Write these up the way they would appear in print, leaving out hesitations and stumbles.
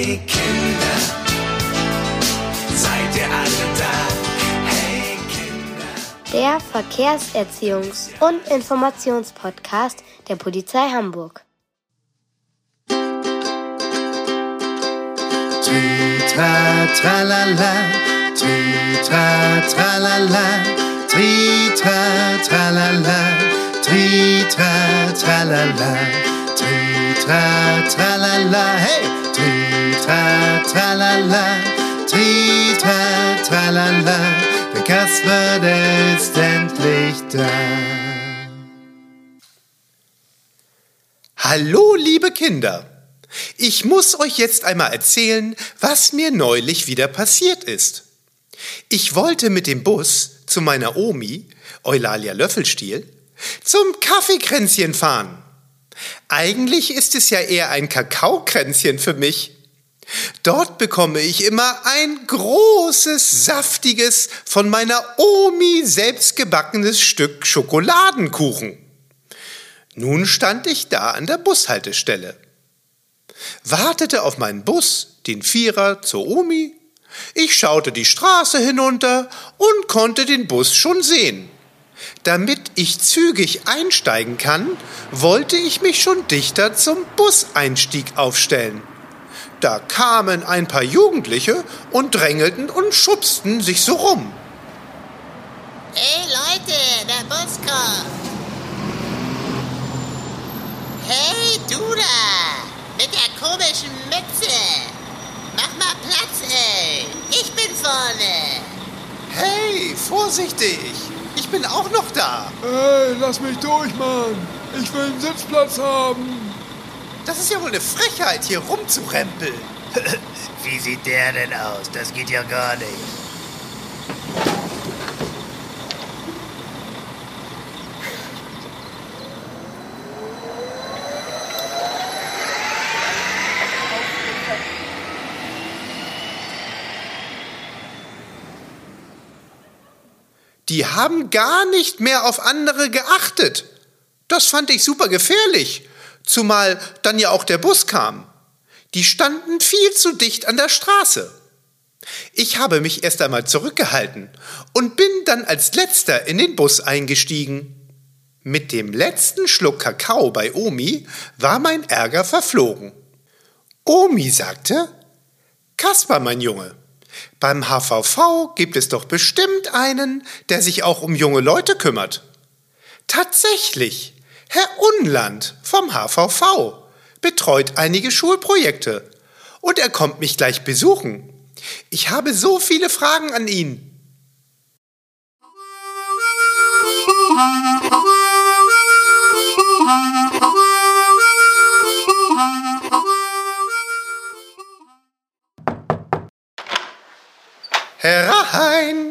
Hey Kinder, seid ihr alle da? Hey Kinder. Der Verkehrserziehungs- und Informationspodcast der Polizei Hamburg. Tri-tra-tra-la-la, tri-tra-tra-la-la, tri-tra-tra-la-la, tri-tra-tra-la-la, tri-tra-tra-la-la, hey! Tri-tra-tra-la-la, tri-tra-tra-la-la, der Kasper, der ist endlich da. Hallo, liebe Kinder! Ich muss euch jetzt einmal erzählen, was mir neulich wieder passiert ist. Ich wollte mit dem Bus zu meiner Omi, Eulalia Löffelstiel, zum Kaffeekränzchen fahren. Eigentlich ist es ja eher ein Kakaokränzchen für mich. Dort bekomme ich immer ein großes, saftiges, von meiner Omi selbst gebackenes Stück Schokoladenkuchen. Nun stand ich da an der Bushaltestelle, wartete auf meinen Bus, den Vierer zur Omi. Ich schaute die Straße hinunter und konnte den Bus schon sehen. Damit ich zügig einsteigen kann, wollte ich mich schon dichter zum Buseinstieg aufstellen. Da kamen ein paar Jugendliche und drängelten und schubsten sich so rum. Hey Leute, der Bus kommt. Hey du da, mit der komischen Mütze. Mach mal Platz, ey. Ich bin vorne. Hey, vorsichtig! Ich bin auch noch da. Hey, lass mich durch, Mann. Ich will einen Sitzplatz haben. Das ist ja wohl eine Frechheit, hier rumzurempeln. Wie sieht der denn aus? Das geht ja gar nicht. Die haben gar nicht mehr auf andere geachtet. Das fand ich super gefährlich, zumal dann ja auch der Bus kam. Die standen viel zu dicht an der Straße. Ich habe mich erst einmal zurückgehalten und bin dann als Letzter in den Bus eingestiegen. Mit dem letzten Schluck Kakao bei Omi war mein Ärger verflogen. Omi sagte: Kasper, mein Junge, beim HVV gibt es doch bestimmt einen, der sich auch um junge Leute kümmert. Tatsächlich, Herr Unland vom HVV betreut einige Schulprojekte und er kommt mich gleich besuchen. Ich habe so viele Fragen an ihn. Herein!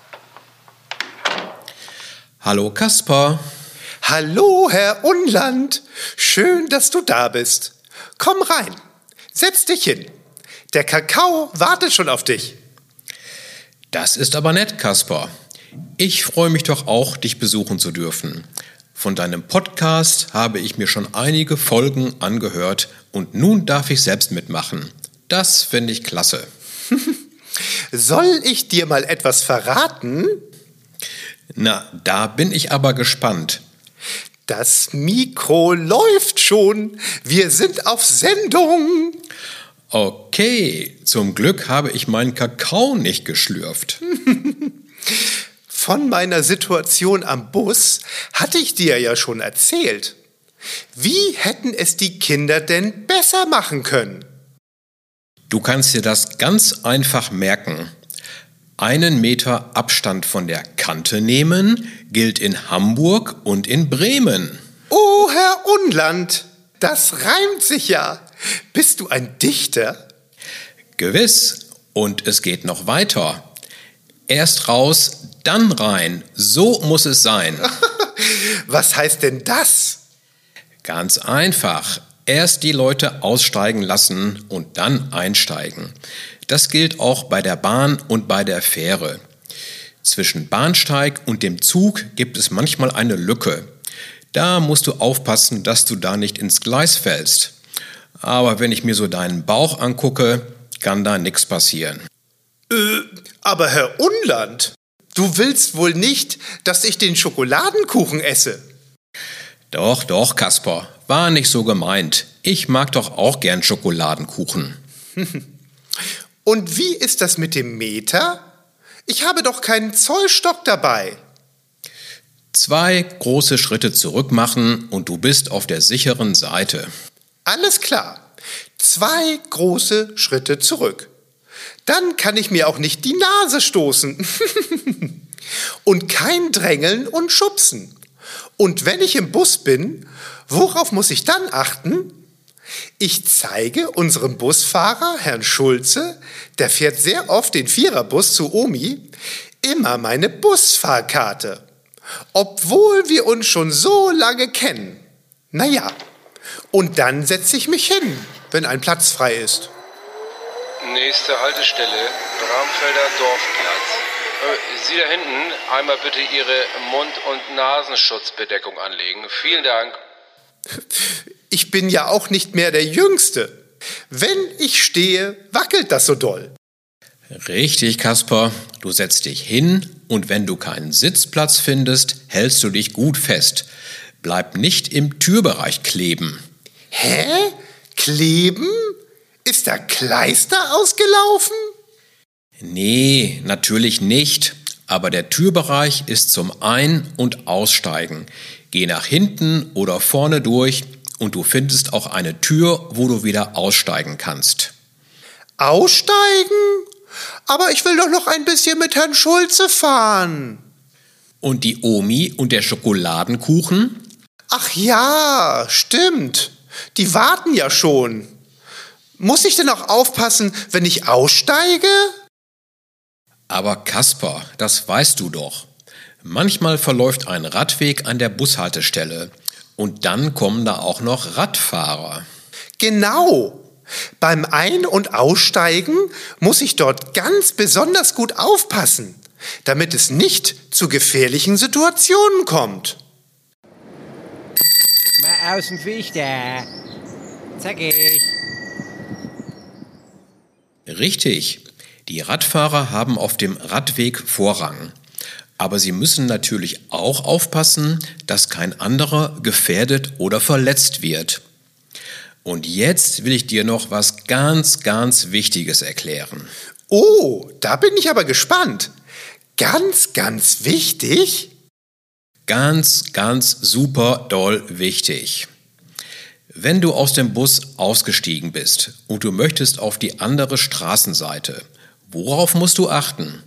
Hallo Kasper. Hallo, Herr Unland. Schön, dass du da bist. Komm rein. Setz dich hin. Der Kakao wartet schon auf dich. Das ist aber nett, Kasper. Ich freue mich doch auch, dich besuchen zu dürfen. Von deinem Podcast habe ich mir schon einige Folgen angehört und nun darf ich selbst mitmachen. Das finde ich klasse. Soll ich dir mal etwas verraten? Na, da bin ich aber gespannt. Das Mikro läuft schon. Wir sind auf Sendung. Okay, zum Glück habe ich meinen Kakao nicht geschlürft. Von meiner Situation am Bus hatte ich dir ja schon erzählt. Wie hätten es die Kinder denn besser machen können? Du kannst dir das ganz einfach merken. 1 Meter Abstand von der Kante nehmen gilt in Hamburg und in Bremen. Oh, Herr Unland, das reimt sich ja. Bist du ein Dichter? Gewiss, und es geht noch weiter. Erst raus, dann rein. So muss es sein. Was heißt denn das? Ganz einfach. Erst die Leute aussteigen lassen und dann einsteigen. Das gilt auch bei der Bahn und bei der Fähre. Zwischen Bahnsteig und dem Zug gibt es manchmal eine Lücke. Da musst du aufpassen, dass du da nicht ins Gleis fällst. Aber wenn ich mir so deinen Bauch angucke, kann da nichts passieren. Aber Herr Unland, du willst wohl nicht, dass ich den Schokoladenkuchen esse? Doch, doch, Kasper, war nicht so gemeint. Ich mag doch auch gern Schokoladenkuchen. Und wie ist das mit dem Meter? Ich habe doch keinen Zollstock dabei. 2 große Schritte zurück machen und du bist auf der sicheren Seite. Alles klar. 2 große Schritte zurück. Dann kann ich mir auch nicht die Nase stoßen. Und kein Drängeln und Schubsen. Und wenn ich im Bus bin, worauf muss ich dann achten? Ich zeige unserem Busfahrer, Herrn Schulze, der fährt sehr oft den Viererbus zu Omi, immer meine Busfahrkarte. Obwohl wir uns schon so lange kennen. Naja, und dann setze ich mich hin, wenn ein Platz frei ist. Nächste Haltestelle, Bramfelder Dorfplatz. Sie da hinten, einmal bitte Ihre Mund- und Nasenschutzbedeckung anlegen. Vielen Dank. Ich bin ja auch nicht mehr der Jüngste. Wenn ich stehe, wackelt das so doll. Richtig, Kasper. Du setzt dich hin und wenn du keinen Sitzplatz findest, hältst du dich gut fest. Bleib nicht im Türbereich kleben. Hä? Kleben? Ist da Kleister ausgelaufen? Nee, natürlich nicht. Aber der Türbereich ist zum Ein- und Aussteigen. Geh nach hinten oder vorne durch und du findest auch eine Tür, wo du wieder aussteigen kannst. Aussteigen? Aber ich will doch noch ein bisschen mit Herrn Schulze fahren. Und die Omi und der Schokoladenkuchen? Ach ja, stimmt. Die warten ja schon. Muss ich denn auch aufpassen, wenn ich aussteige? Aber Kasper, das weißt du doch. Manchmal verläuft ein Radweg an der Bushaltestelle und dann kommen da auch noch Radfahrer. Genau. Beim Ein- und Aussteigen muss ich dort ganz besonders gut aufpassen, damit es nicht zu gefährlichen Situationen kommt. Mal aus dem Weg da. Zackig. Richtig. Die Radfahrer haben auf dem Radweg Vorrang. Aber sie müssen natürlich auch aufpassen, dass kein anderer gefährdet oder verletzt wird. Und jetzt will ich dir noch was ganz, ganz Wichtiges erklären. Oh, da bin ich aber gespannt. Ganz, ganz wichtig? Ganz, ganz super doll wichtig. Wenn du aus dem Bus ausgestiegen bist und du möchtest auf die andere Straßenseite, worauf musst du achten?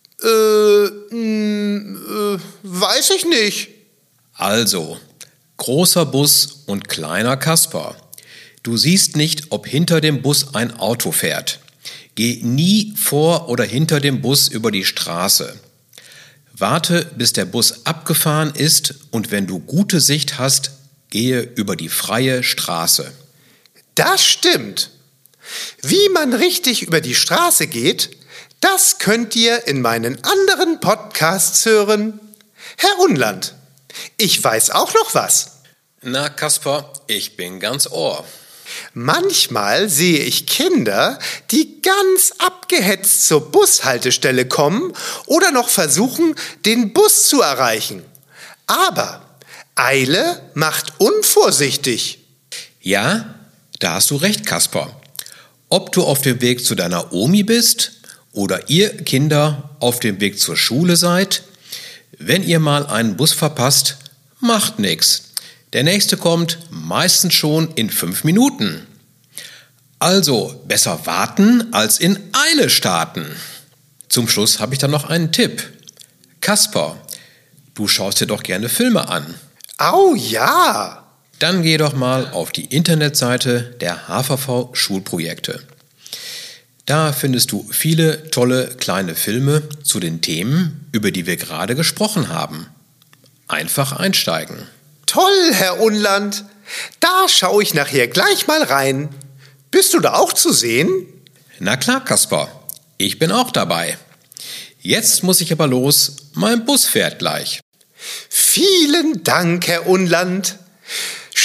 Weiß ich nicht. Also, großer Bus und kleiner Kasper. Du siehst nicht, ob hinter dem Bus ein Auto fährt. Geh nie vor oder hinter dem Bus über die Straße. Warte, bis der Bus abgefahren ist und wenn du gute Sicht hast, gehe über die freie Straße. Das stimmt. Wie man richtig über die Straße geht, das könnt ihr in meinen anderen Podcasts hören. Herr Unland, ich weiß auch noch was. Na, Kasper, ich bin ganz Ohr. Manchmal sehe ich Kinder, die ganz abgehetzt zur Bushaltestelle kommen oder noch versuchen, den Bus zu erreichen. Aber Eile macht unvorsichtig. Ja, da hast du recht, Kasper. Ob du auf dem Weg zu deiner Omi bist oder ihr Kinder auf dem Weg zur Schule seid, wenn ihr mal einen Bus verpasst, macht nix. Der nächste kommt meistens schon in 5 Minuten. Also besser warten als in Eile starten. Zum Schluss habe ich dann noch einen Tipp. Kasper, du schaust dir doch gerne Filme an. Au ja! Dann geh doch mal auf die Internetseite der HVV Schulprojekte. Da findest du viele tolle kleine Filme zu den Themen, über die wir gerade gesprochen haben. Einfach einsteigen. Toll, Herr Unland. Da schaue ich nachher gleich mal rein. Bist du da auch zu sehen? Na klar, Kasper. Ich bin auch dabei. Jetzt muss ich aber los. Mein Bus fährt gleich. Vielen Dank, Herr Unland.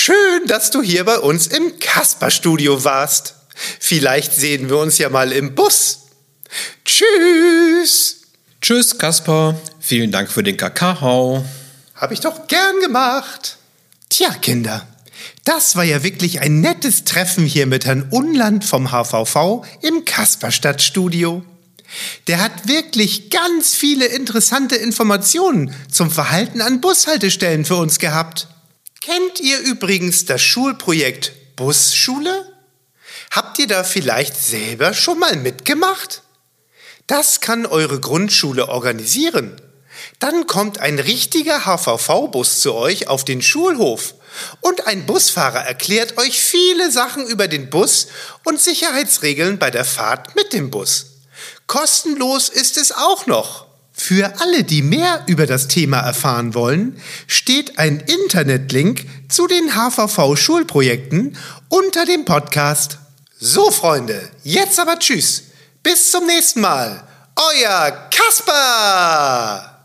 Schön, dass du hier bei uns im Kasper-Studio warst. Vielleicht sehen wir uns ja mal im Bus. Tschüss. Tschüss, Kasper. Vielen Dank für den Kakao. Hab ich doch gern gemacht. Tja, Kinder, das war ja wirklich ein nettes Treffen hier mit Herrn Unland vom HVV im Kasperstadtstudio. Der hat wirklich ganz viele interessante Informationen zum Verhalten an Bushaltestellen für uns gehabt. Kennt ihr übrigens das Schulprojekt Busschule? Habt ihr da vielleicht selber schon mal mitgemacht? Das kann eure Grundschule organisieren. Dann kommt ein richtiger HVV-Bus zu euch auf den Schulhof und ein Busfahrer erklärt euch viele Sachen über den Bus und Sicherheitsregeln bei der Fahrt mit dem Bus. Kostenlos ist es auch noch. Für alle, die mehr über das Thema erfahren wollen, steht ein Internetlink zu den HVV-Schulprojekten unter dem Podcast. So, Freunde, jetzt aber tschüss. Bis zum nächsten Mal. Euer Kasper!